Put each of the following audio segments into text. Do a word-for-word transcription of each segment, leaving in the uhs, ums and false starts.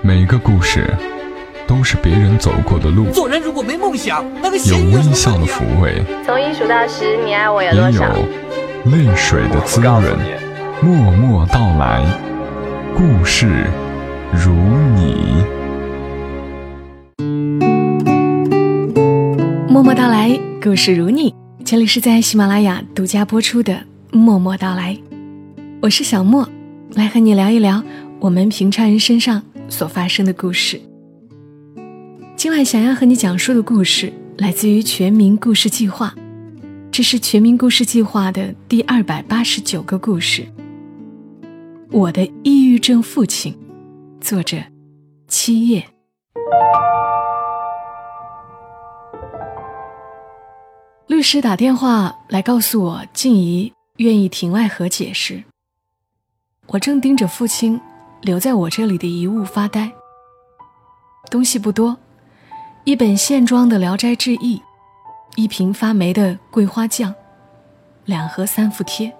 每个故事都是别人走过的路， 做人如果没梦想，那个有微笑的抚慰， 从一数到十，你爱我有也多少？ 有泪水的滋润。默默到来，故事如你。 默默到来，故事如你。这里是在喜马拉雅独家播出的默默到来，我是小默，来和你聊一聊我们平常人身上所发生的故事。今晚想要和你讲述的故事来自于全民故事计划，这是全民故事计划的第二百八十九个故事。我的抑郁症父亲，作者七叶。律师打电话来告诉我静怡愿意庭外和解时，我正盯着父亲留在我这里的遗物发呆。东西不多，一本线装的《聊斋志异》，一瓶发霉的桂花酱，两盒三伏贴。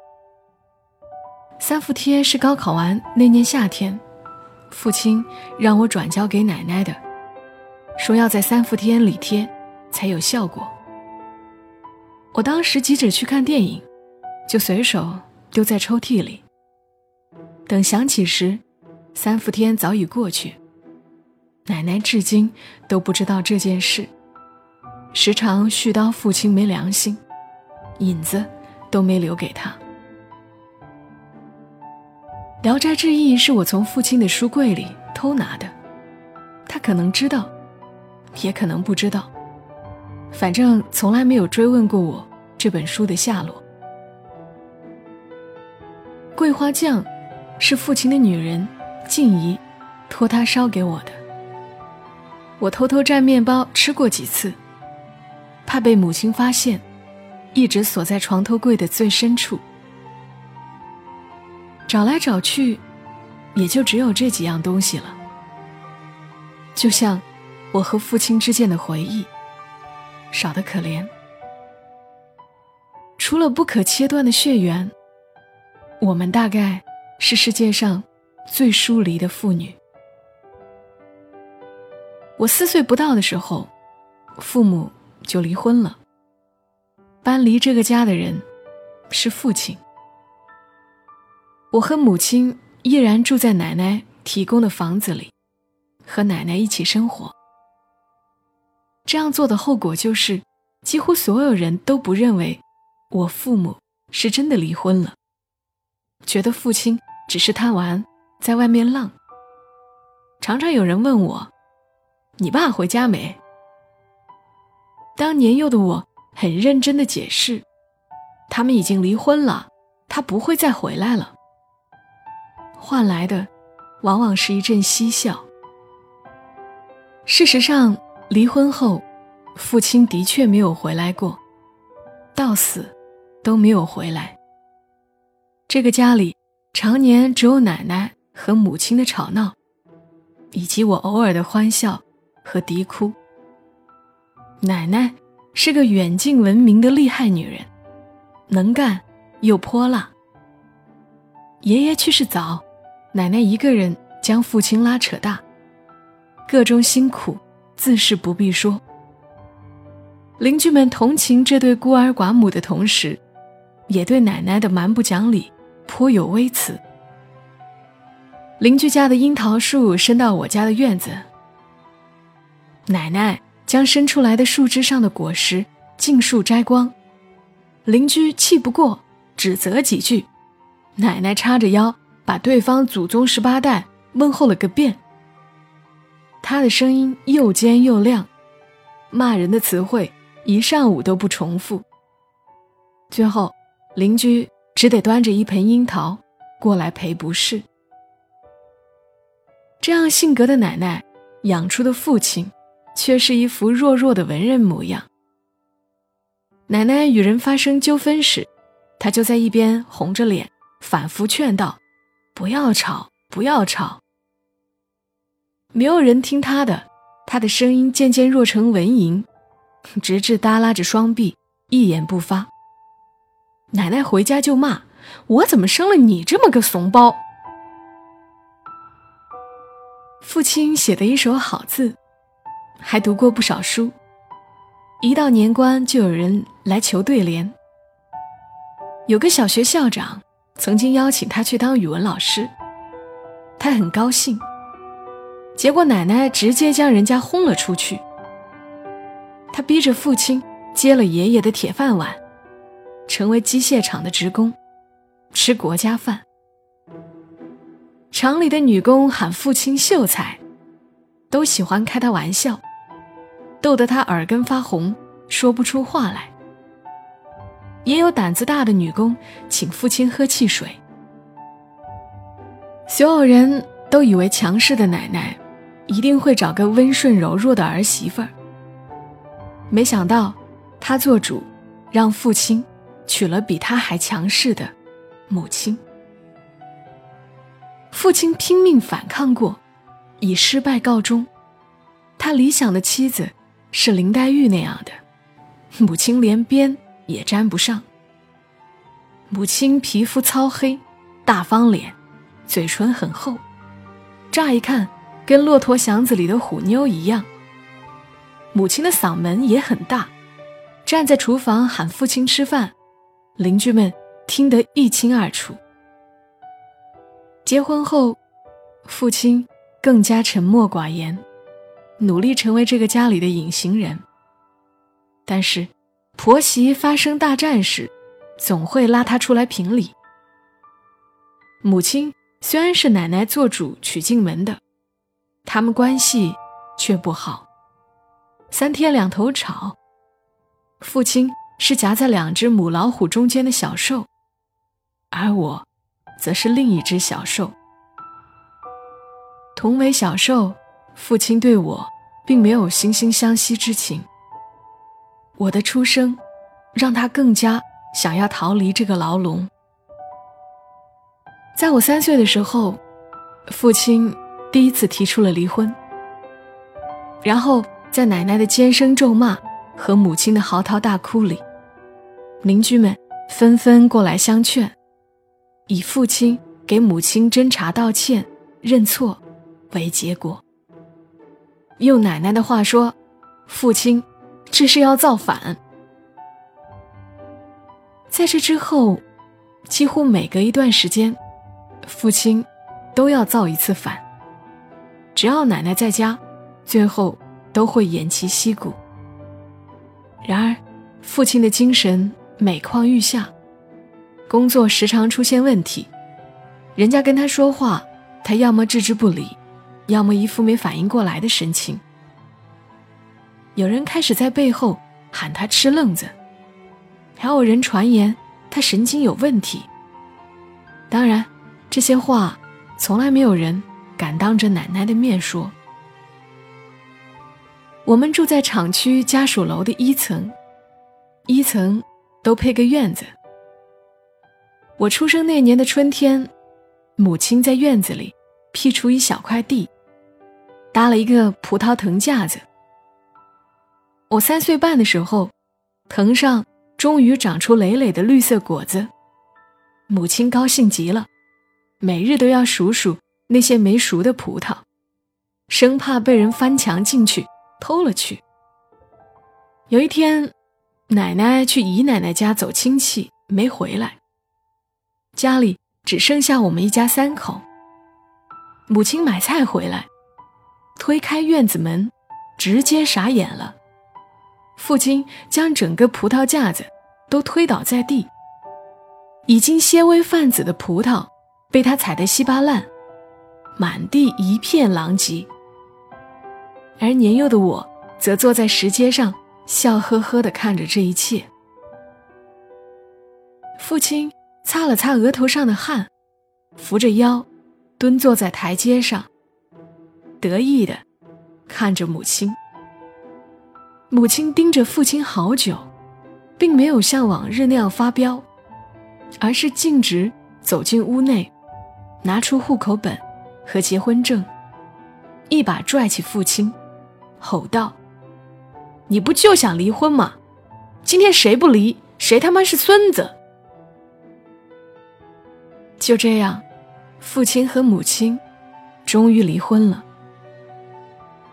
三伏贴是高考完那年夏天，父亲让我转交给奶奶的，说要在三伏天里贴才有效果。我当时急着去看电影，就随手丢在抽屉里。等想起时，三伏天早已过去，奶奶至今都不知道这件事，时常絮叨父亲没良心，影子都没留给他。《聊斋志异》是我从父亲的书柜里偷拿的，他可能知道，也可能不知道，反正从来没有追问过我这本书的下落。桂花酱是父亲的女人静怡托他烧给我的，我偷偷蘸面包吃过几次，怕被母亲发现，一直锁在床头柜的最深处。找来找去，也就只有这几样东西了。就像我和父亲之间的回忆，少得可怜。除了不可切断的血缘，我们大概是世界上最疏离的父女。我四岁不到的时候，父母就离婚了。搬离这个家的人是父亲。我和母亲依然住在奶奶提供的房子里，和奶奶一起生活。这样做的后果就是，几乎所有人都不认为我父母是真的离婚了，觉得父亲只是贪玩，在外面浪。常常有人问我，你爸回家没？当年幼的我很认真地解释，他们已经离婚了，他不会再回来了。换来的往往是一阵嬉笑。事实上，离婚后父亲的确没有回来过，到死都没有回来。这个家里常年只有奶奶和母亲的吵闹，以及我偶尔的欢笑和啼哭。奶奶是个远近闻名的厉害女人，能干又泼辣。爷爷去世早，奶奶一个人将父亲拉扯大，各种辛苦自是不必说。邻居们同情这对孤儿寡母的同时，也对奶奶的蛮不讲理颇有微词。邻居家的樱桃树伸到我家的院子，奶奶将伸出来的树枝上的果实尽数摘光，邻居气不过，指责几句，奶奶叉着腰把对方祖宗十八代问候了个遍。她的声音又尖又亮，骂人的词汇一上午都不重复。最后邻居只得端着一盆樱桃过来赔不是。这样性格的奶奶养出的父亲却是一副弱弱的文人模样。奶奶与人发生纠纷时，他就在一边红着脸反复劝道，不要吵，不要吵。没有人听他的，他的声音渐渐弱成蚊蝇，直至耷拉着双臂一言不发。奶奶回家就骂，我怎么生了你这么个怂包。 父亲写的一手好字，还读过不少书，一到年关就有人来求对联。有个小学校长曾经邀请他去当语文老师，他很高兴，结果奶奶直接将人家轰了出去。他逼着父亲接了爷爷的铁饭碗，成为机械厂的职工，吃国家饭。厂里的女工喊父亲秀才，都喜欢开他玩笑，逗得他耳根发红，说不出话来。也有胆子大的女工请父亲喝汽水。所有人都以为强势的奶奶一定会找个温顺柔弱的儿媳妇儿，没想到她做主，让父亲娶了比她还强势的母亲。父亲拼命反抗过，以失败告终。他理想的妻子是林黛玉那样的，母亲连边也沾不上。母亲皮肤糙黑，大方脸，嘴唇很厚，乍一看跟骆驼祥子里的虎妞一样。母亲的嗓门也很大，站在厨房喊父亲吃饭，邻居们听得一清二楚。结婚后，父亲更加沉默寡言，努力成为这个家里的隐形人。但是婆媳发生大战时，总会拉他出来评理。母亲虽然是奶奶做主娶进门的，他们关系却不好，三天两头吵。父亲是夹在两只母老虎中间的小兽，而我则是另一只小兽。同为小兽，父亲对我并没有惺惺相惜之情。我的出生让他更加想要逃离这个牢笼。在我三岁的时候，父亲第一次提出了离婚，然后在奶奶的尖声咒骂和母亲的嚎啕大哭里，邻居们纷纷过来相劝，以父亲给母亲斟茶道歉认错为结果。用奶奶的话说，父亲这是要造反。在这之后，几乎每隔一段时间，父亲都要造一次反。只要奶奶在家，最后都会偃旗息鼓。然而父亲的精神每况愈下，工作时常出现问题，人家跟他说话，他要么置之不理，要么一副没反应过来的神情。有人开始在背后喊他吃愣子，还有人传言他神经有问题。当然，这些话从来没有人敢当着奶奶的面说。我们住在厂区家属楼的一层，一层都配个院子。我出生那年的春天，母亲在院子里辟出一小块地，搭了一个葡萄藤架子。我三岁半的时候，藤上终于长出累累的绿色果子，母亲高兴极了，每日都要数数那些没熟的葡萄，生怕被人翻墙进去偷了去。有一天，奶奶去姨奶奶家走亲戚没回来，家里只剩下我们一家三口。母亲买菜回来，推开院子门，直接傻眼了。父亲将整个葡萄架子都推倒在地，已经纤微泛紫的葡萄被他踩得稀巴烂，满地一片狼藉。而年幼的我则坐在石阶上，笑呵呵地看着这一切。父亲擦了擦额头上的汗，扶着腰蹲坐在台阶上，得意地看着母亲。母亲盯着父亲好久，并没有像往日那样发飙，而是径直走进屋内，拿出户口本和结婚证，一把拽起父亲，吼道：“你不就想离婚吗？今天谁不离，谁他妈是孙子！”就这样，父亲和母亲终于离婚了。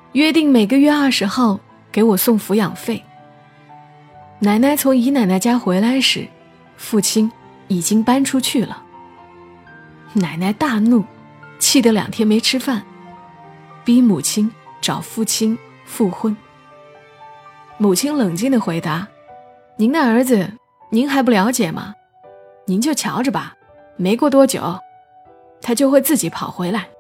约定每个月二十号给我送抚养费。奶奶从姨奶奶家回来时，父亲已经搬出去了。奶奶大怒，气得两天没吃饭，逼母亲找父亲复婚。母亲冷静地回答：您的儿子您还不了解吗？您就瞧着吧，没过多久他就会自己跑回来。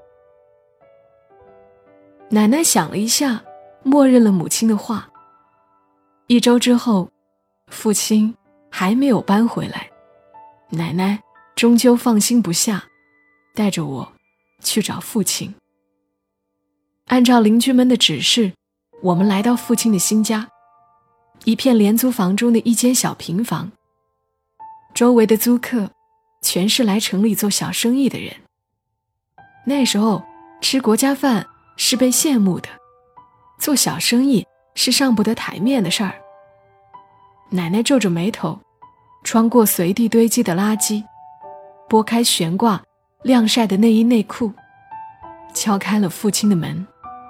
奶奶想了一下，默认了母亲的话。一周之后，父亲还没有搬回来，奶奶终究放心不下，带着我去找父亲。按照邻居们的指示，我们来到父亲的新家，一片廉租房中的一间小平房。周围的租客全是来城里做小生意的人。那时候吃国家饭是被羡慕的，做小生意是上不得台面的事儿。奶奶皱着眉头，穿过随地堆积的垃圾，拨开悬挂晾晒的内衣内裤，敲开了父亲的门。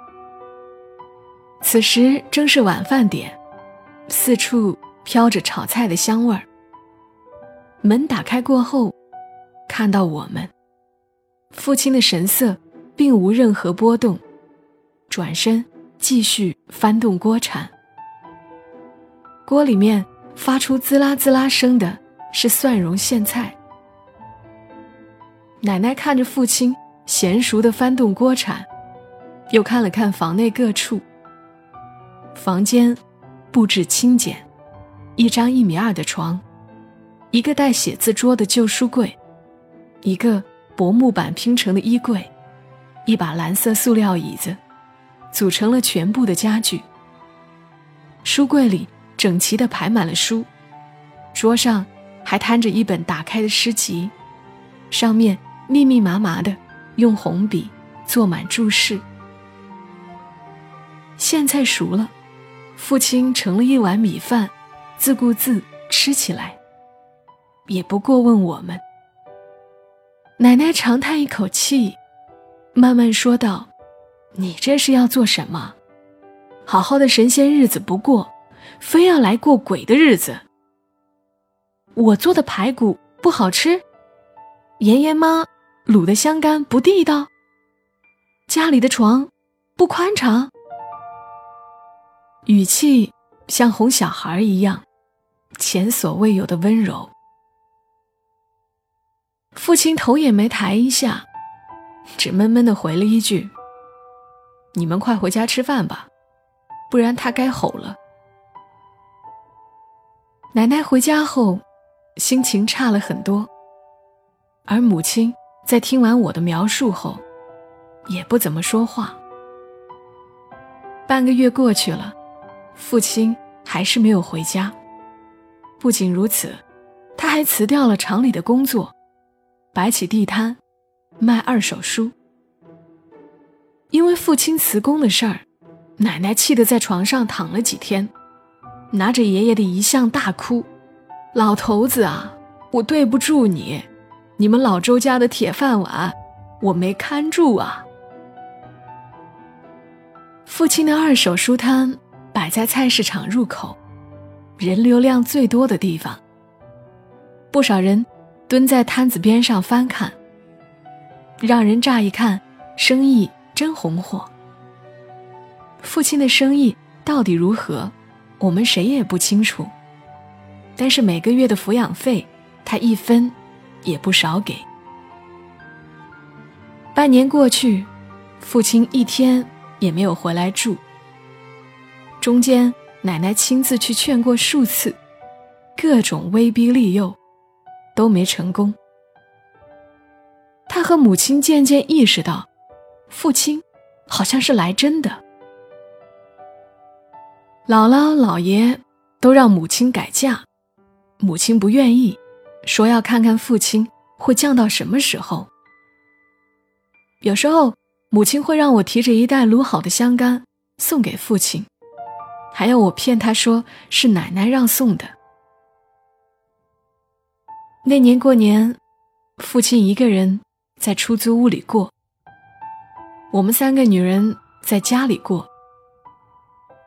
此时正是晚饭点，四处飘着炒菜的香味儿。门打开过后，看到我们，父亲的神色并无任何波动，转身继续翻动锅铲。锅里面发出滋啦滋啦声的是蒜蓉苋菜。奶奶看着父亲娴熟地翻动锅铲，又看了看房内各处。房间布置清简，一张一米二的床，一个带写字桌的旧书柜，一个薄木板拼成的衣柜，一把蓝色塑料椅子，组成了全部的家具。书柜里整齐地排满了书，桌上还摊着一本打开的诗集，上面密密麻麻地用红笔做满注释。苋菜熟了，父亲盛了一碗米饭，自顾自吃起来，也不过问我们。奶奶长叹一口气，慢慢说道：你这是要做什么？好好的神仙日子不过，非要来过鬼的日子。我做的排骨不好吃，妍妍妈卤的香干不地道，家里的床不宽敞。语气像哄小孩一样，前所未有的温柔。父亲头也没抬一下，只闷闷地回了一句：你们快回家吃饭吧，不然他该吼了。奶奶回家后心情差了很多，而母亲在听完我的描述后也不怎么说话。半个月过去了，父亲还是没有回家。不仅如此，他还辞掉了厂里的工作，摆起地摊卖二手书。因为父亲辞工的事儿，奶奶气得在床上躺了几天，拿着爷爷的遗像大哭：老头子啊，我对不住你，你们老周家的铁饭碗我没看住啊。父亲的二手书摊摆在菜市场入口，人流量最多的地方。不少人蹲在摊子边上翻看，让人乍一看生意真红火。父亲的生意到底如何，我们谁也不清楚，但是每个月的抚养费他一分也不少给。半年过去，父亲一天也没有回来住，中间奶奶亲自去劝过数次，各种威逼利诱都没成功。他和母亲渐渐意识到，父亲好像是来真的。姥姥姥爷都让母亲改嫁，母亲不愿意，说要看看父亲会降到什么时候。有时候母亲会让我提着一袋卤好的香干送给父亲，还要我骗他说是奶奶让送的。那年过年，父亲一个人在出租屋里过，我们三个女人在家里过，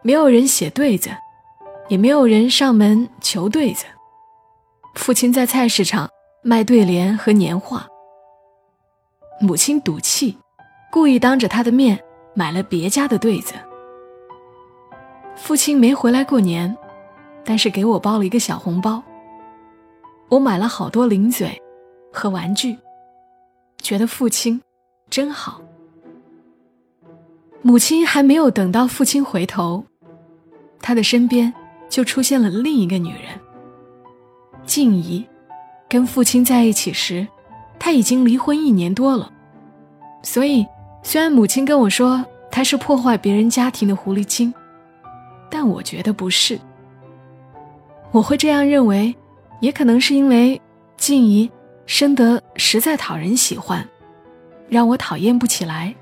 没有人写对子，也没有人上门求对子。父亲在菜市场卖对联和年画，母亲赌气，故意当着他的面买了别家的对子。父亲没回来过年，但是给我包了一个小红包，我买了好多零嘴和玩具，觉得父亲真好。母亲还没有等到父亲回头，他的身边就出现了另一个女人。静怡跟父亲在一起时，他已经离婚一年多了，所以虽然母亲跟我说他是破坏别人家庭的狐狸精，但我觉得不是。我会这样认为，也可能是因为静怡生得实在讨人喜欢，让我讨厌不起来。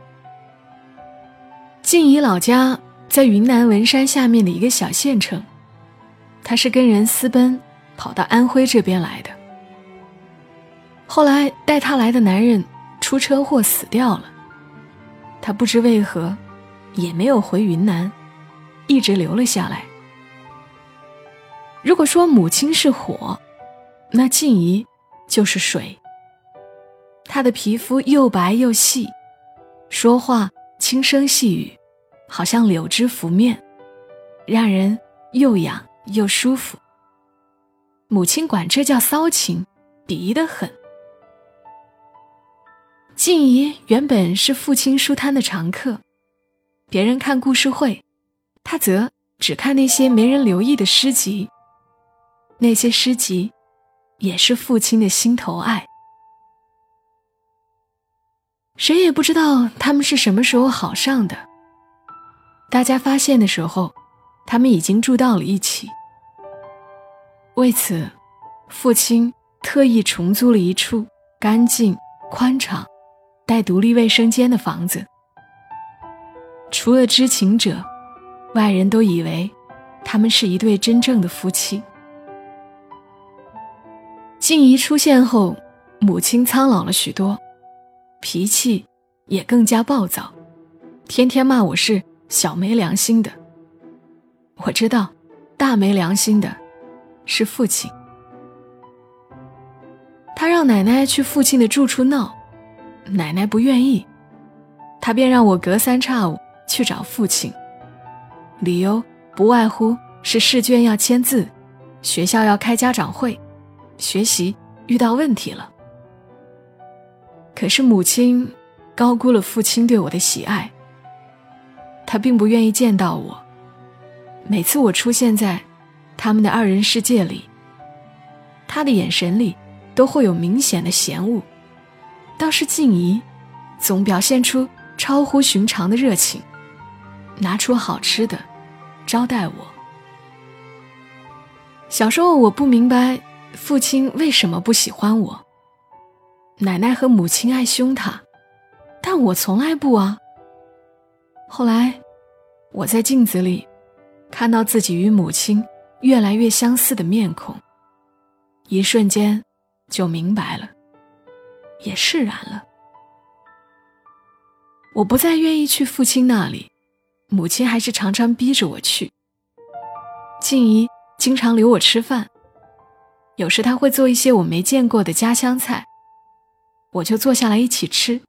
静怡老家在云南文山下面的一个小县城，她是跟人私奔跑到安徽这边来的。后来带她来的男人出车祸死掉了，她不知为何也没有回云南，一直留了下来。如果说母亲是火，那静怡就是水。她的皮肤又白又细，说话轻声细语，好像柳枝拂面，让人又痒又舒服。母亲管这叫骚情，鄙夷得很。静怡原本是父亲书摊的常客，别人看故事会，她则只看那些没人留意的诗集。那些诗集也是父亲的心头爱。谁也不知道他们是什么时候好上的，大家发现的时候，他们已经住到了一起。为此，父亲特意重租了一处干净、宽敞、带独立卫生间的房子。除了知情者，外人都以为他们是一对真正的夫妻。静怡出现后，母亲苍老了许多，脾气也更加暴躁，天天骂我是小没良心的。我知道，大没良心的是父亲。他让奶奶去父亲的住处闹，奶奶不愿意，他便让我隔三差五去找父亲，理由不外乎是试卷要签字，学校要开家长会，学习遇到问题了。可是母亲高估了父亲对我的喜爱，他并不愿意见到我。每次我出现在他们的二人世界里，他的眼神里都会有明显的嫌恶，倒是静怡总表现出超乎寻常的热情，拿出好吃的招待我。小时候我不明白父亲为什么不喜欢我，奶奶和母亲爱凶他，但我从来不啊。后来我在镜子里看到自己与母亲越来越相似的面孔，一瞬间就明白了，也释然了。我不再愿意去父亲那里，母亲还是常常逼着我去。静怡经常留我吃饭，有时她会做一些我没见过的家乡菜，我就坐下来一起吃。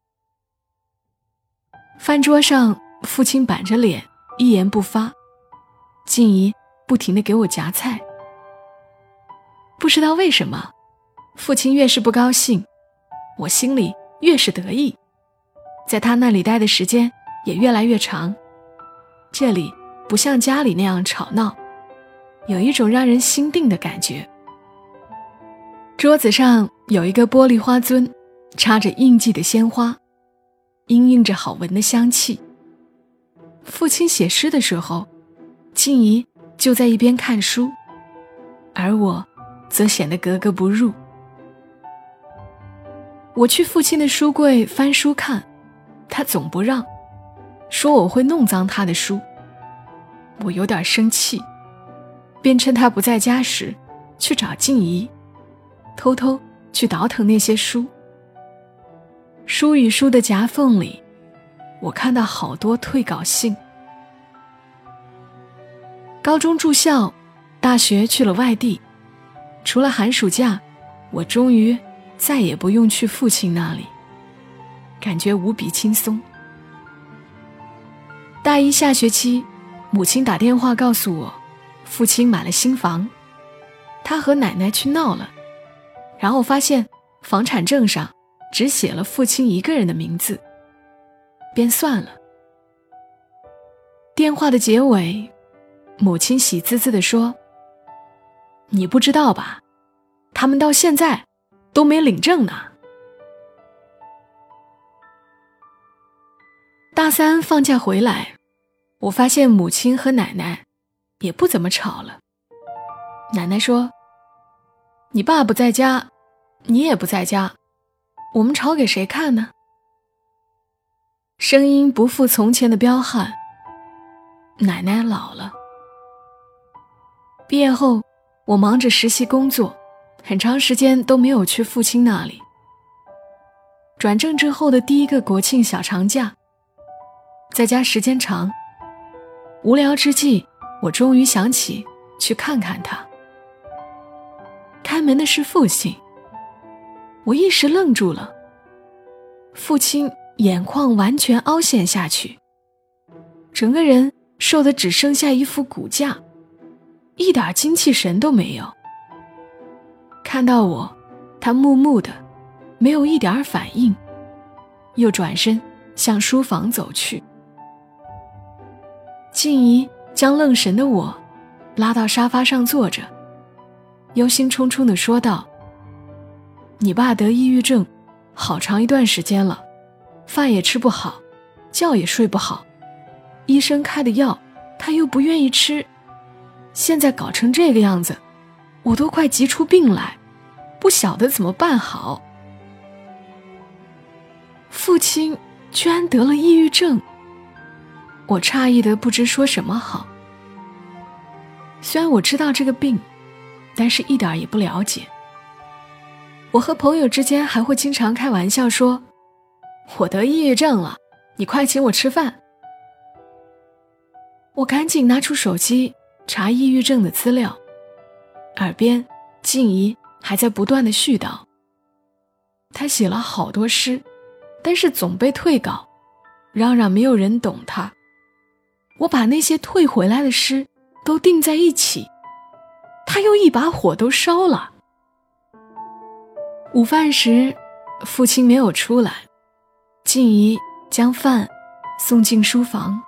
饭桌上，父亲板着脸一言不发，静怡不停地给我夹菜。不知道为什么，父亲越是不高兴，我心里越是得意，在他那里待的时间也越来越长。这里不像家里那样吵闹，有一种让人心定的感觉。桌子上有一个玻璃花樽，插着应季的鲜花，氤氲着好闻的香气。父亲写诗的时候，静怡就在一边看书，而我则显得格格不入。我去父亲的书柜翻书看，他总不让，说我会弄脏他的书。我有点生气，便趁他不在家时去找静怡，偷偷去倒腾那些书。书与书的夹缝里，我看到好多退稿信。 高中住校，大学去了外地，除了寒暑假，我终于再也不用去父亲那里，感觉无比轻松。大一下学期，母亲打电话告诉我，父亲买了新房，他和奶奶去闹了，然后发现房产证上只写了父亲一个人的名字，便算了。电话的结尾，母亲喜滋滋地说：“你不知道吧？他们到现在都没领证呢。”大三放假回来，我发现母亲和奶奶也不怎么吵了。奶奶说：“你爸不在家，你也不在家，我们吵给谁看呢？”声音不复从前的彪悍。奶奶老了。毕业后，我忙着实习工作，很长时间都没有去父亲那里。转正之后的第一个国庆小长假，在家时间长，无聊之际，我终于想起去看看他。开门的是父亲，我一时愣住了。父亲眼眶完全凹陷下去，整个人瘦得只剩下一副骨架，一点精气神都没有。看到我，他木木的，没有一点反应，又转身向书房走去。静怡将愣神的我拉到沙发上坐着，忧心忡忡地说道：“你爸得抑郁症好长一段时间了，饭也吃不好，觉也睡不好，医生开的药他又不愿意吃，现在搞成这个样子，我都快急出病来，不晓得怎么办好。”父亲居然得了抑郁症，我诧异得不知说什么好。虽然我知道这个病，但是一点也不了解。我和朋友之间还会经常开玩笑说：“我得抑郁症了，你快请我吃饭。”我赶紧拿出手机查抑郁症的资料，耳边静怡还在不断地絮叨。他写了好多诗，但是总被退稿，嚷嚷没有人懂他。我把那些退回来的诗都订在一起，他又一把火都烧了。午饭时，父亲没有出来，静怡将饭送进书房。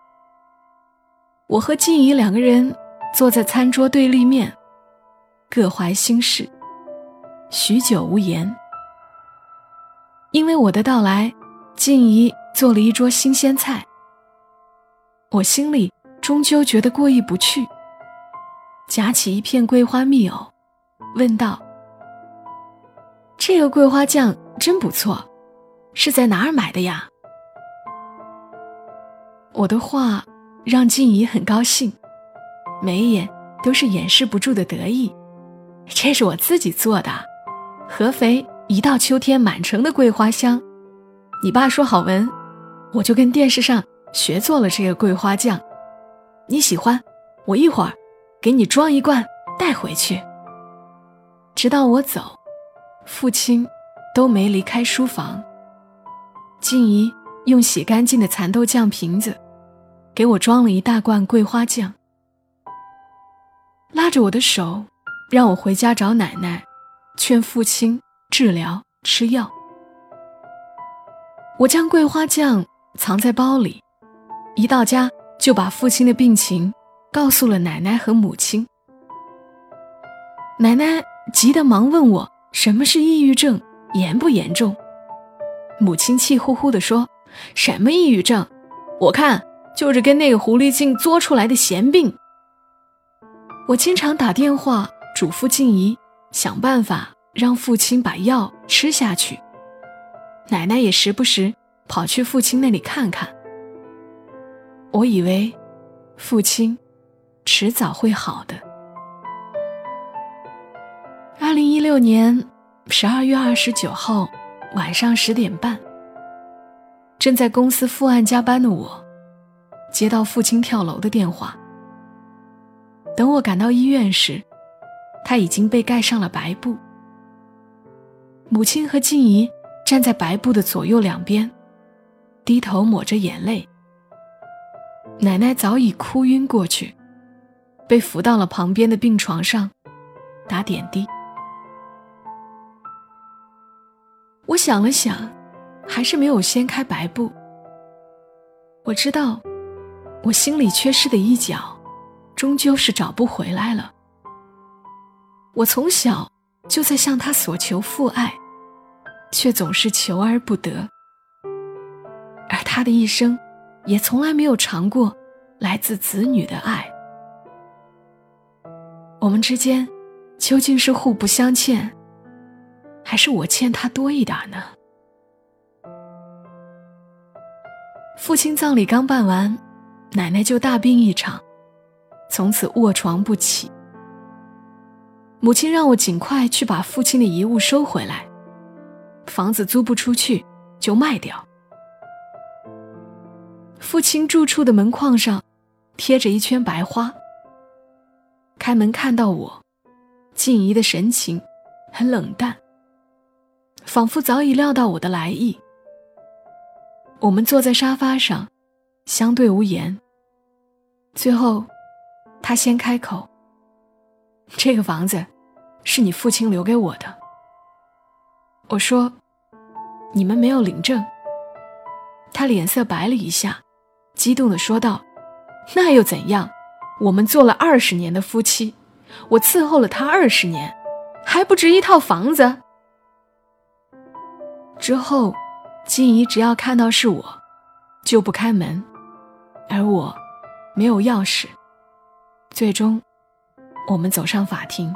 我和静怡两个人坐在餐桌对立面，各怀心事，许久无言。因为我的到来，静怡做了一桌新鲜菜，我心里终究觉得过意不去，夹起一片桂花蜜藕，问道：“这个桂花酱真不错，是在哪儿买的呀？”我的话让静怡很高兴，眉眼都是掩饰不住的得意。这是我自己做的，合肥一到秋天满城的桂花香，你爸说好闻，我就跟电视上学做了这个桂花酱。你喜欢，我一会儿给你装一罐带回去。直到我走，父亲都没离开书房。静怡用洗干净的蚕豆酱瓶子给我装了一大罐桂花酱，拉着我的手让我回家找奶奶，劝父亲治疗吃药。我将桂花酱藏在包里，一到家就把父亲的病情告诉了奶奶和母亲。奶奶急得忙问我什么是抑郁症，严不严重。母亲气呼呼地说：“什么抑郁症？我看就是跟那个狐狸精作出来的闲病。”我经常打电话嘱咐静怡想办法让父亲把药吃下去，奶奶也时不时跑去父亲那里看看。我以为父亲迟早会好的。二零一六年十二月二十九号晚上十点半，正在公司副案加班的我接到父亲跳楼的电话。 等我赶到医院时，他已经被盖上了白布。母亲和静怡站在白布的左右两边，低头抹着眼泪。奶奶早已哭晕过去，被扶到了旁边的病床上打点滴。我想了想，还是没有掀开白布。我知道我心里缺失的一角终究是找不回来了。我从小就在向他索求父爱，却总是求而不得，而他的一生也从来没有尝过来自子女的爱。我们之间究竟是互不相欠，还是我欠他多一点呢？父亲葬礼刚办完，奶奶就大病一场，从此卧床不起。母亲让我尽快去把父亲的遗物收回来，房子租不出去就卖掉。父亲住处的门框上贴着一圈白花。开门看到我，静怡的神情很冷淡，仿佛早已料到我的来意。我们坐在沙发上，相对无言。最后，他先开口：“这个房子是你父亲留给我的。”我说：“你们没有领证。”他脸色白了一下，激动地说道：“那又怎样？我们做了二十年的夫妻，我伺候了他二十年，还不值一套房子？”之后，静怡只要看到是我，就不开门，而我没有钥匙。最终，我们走上法庭。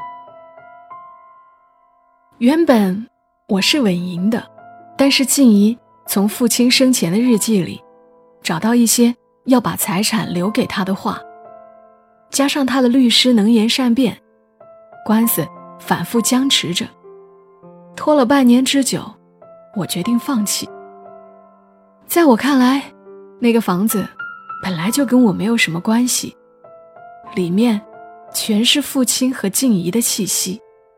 原本我是稳赢的，但是静怡从父亲生前的日记里找到一些要把财产留给他的话，加上他的律师能言善辩，官司反复僵持着，拖了半年之久，我决定放弃。在我看来，那个房子本来就跟我没有什么关系，里面全是父亲和静怡的气息。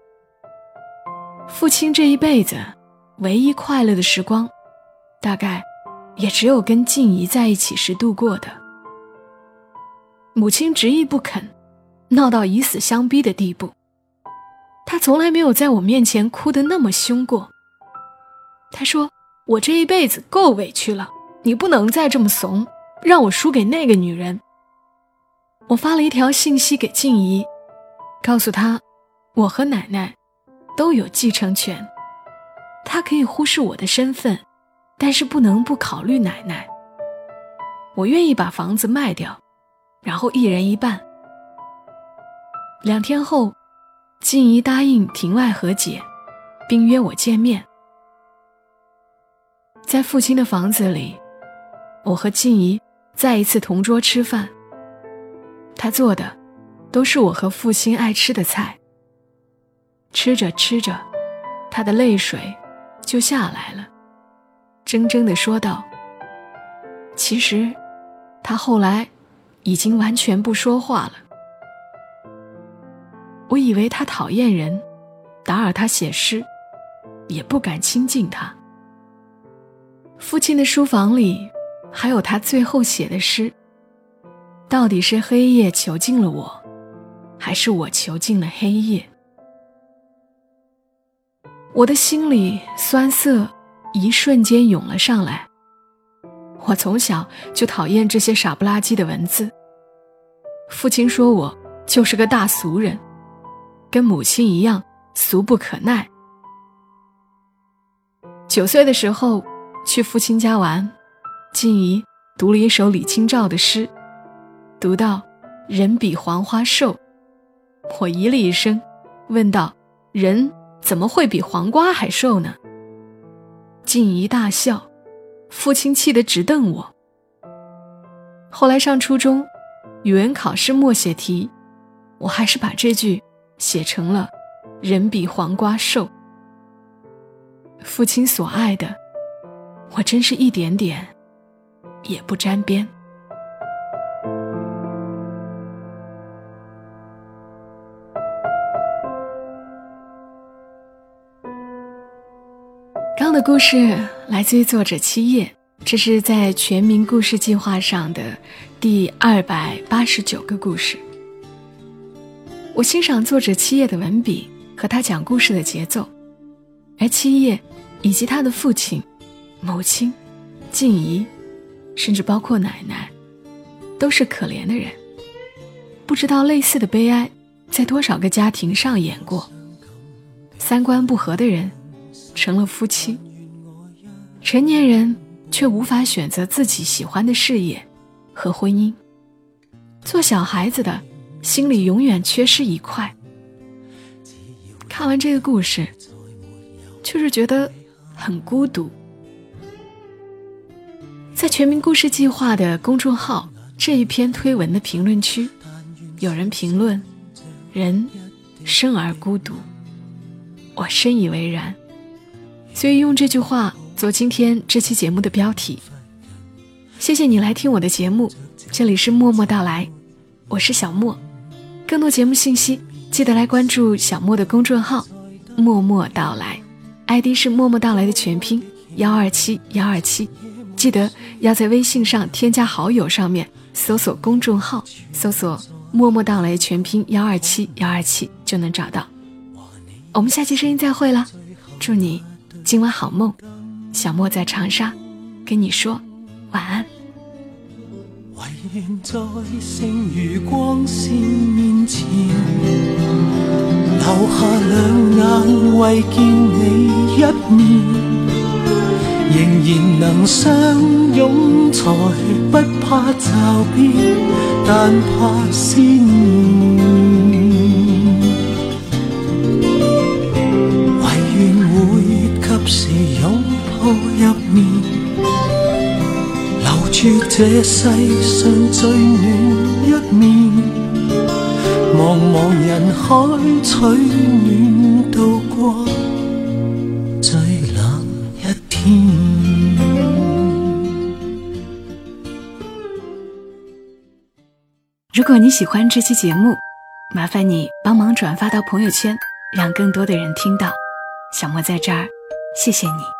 父亲这一辈子唯一快乐的时光，大概也只有跟静怡在一起时度过的。母亲执意不肯，闹到以死相逼的地步。她从来没有在我面前哭得那么凶过。她说：“我这一辈子够委屈了，你不能再这么怂，让我输给那个女人。”我发了一条信息给静怡，告诉她我和奶奶都有继承权，她可以忽视我的身份，但是不能不考虑奶奶。我愿意把房子卖掉，然后一人一半。两天后，静怡答应庭外和解，并约我见面。在父亲的房子里，我和静怡再一次同桌吃饭。他做的都是我和父亲爱吃的菜。吃着吃着，他的泪水就下来了，怔怔地说道：“其实他后来已经完全不说话了。我以为他讨厌人，打扰他写诗，也不敢亲近他。父亲的书房里还有他最后写的诗，到底是黑夜囚禁了我，还是我囚禁了黑夜？”我的心里酸涩一瞬间涌了上来。我从小就讨厌这些傻不拉几的文字。父亲说我就是个大俗人，跟母亲一样俗不可耐。九岁的时候去父亲家玩，静怡读了一首李清照的诗，读到人比黄花瘦，我咦了一声，问道：“人怎么会比黄瓜还瘦呢？”静怡大笑，父亲气得直瞪我。后来上初中，语文考试默写题，我还是把这句写成了人比黄瓜瘦。父亲所爱的，我真是一点点也不沾边。 故事来自于作者七叶，这是在全民故事计划上的第二百八十九个故事。我欣赏作者七叶的文笔和他讲故事的节奏，而七叶以及他的父亲、母亲、静姨，甚至包括奶奶，都是可怜的人。不知道类似的悲哀在多少个家庭上演过。三观不合的人成了夫妻，成年人却无法选择自己喜欢的事业和婚姻。做小孩子的心里永远缺失一块。看完这个故事，就是觉得很孤独。在全民故事计划的公众号这一篇推文的评论区，有人评论：人生而孤独。我深以为然，所以用这句话做今天这期节目的标题。谢谢你来听我的节目，这里是默默到来，我是小默。更多节目信息记得来关注小默的公众号默默到来， I D 是默默到来的全拼一二七一二七，记得要在微信上添加好友上面搜索公众号，搜索默默到来全拼一二七一二七就能找到。我们下期声音再会了，祝你今晚好梦。小莫在长沙跟你说晚安。 唯愿在剩余光线面前，留下两眼为见你一面，仍然能相拥，才不怕骤变，但怕思念。及时拥抱入眠，留住这世上最暖一面，茫茫人海取暖，度过最冷一天。 如果你喜欢这期节目，麻烦你帮忙转发到朋友圈，让更多的人听到。小莫在这儿谢谢你。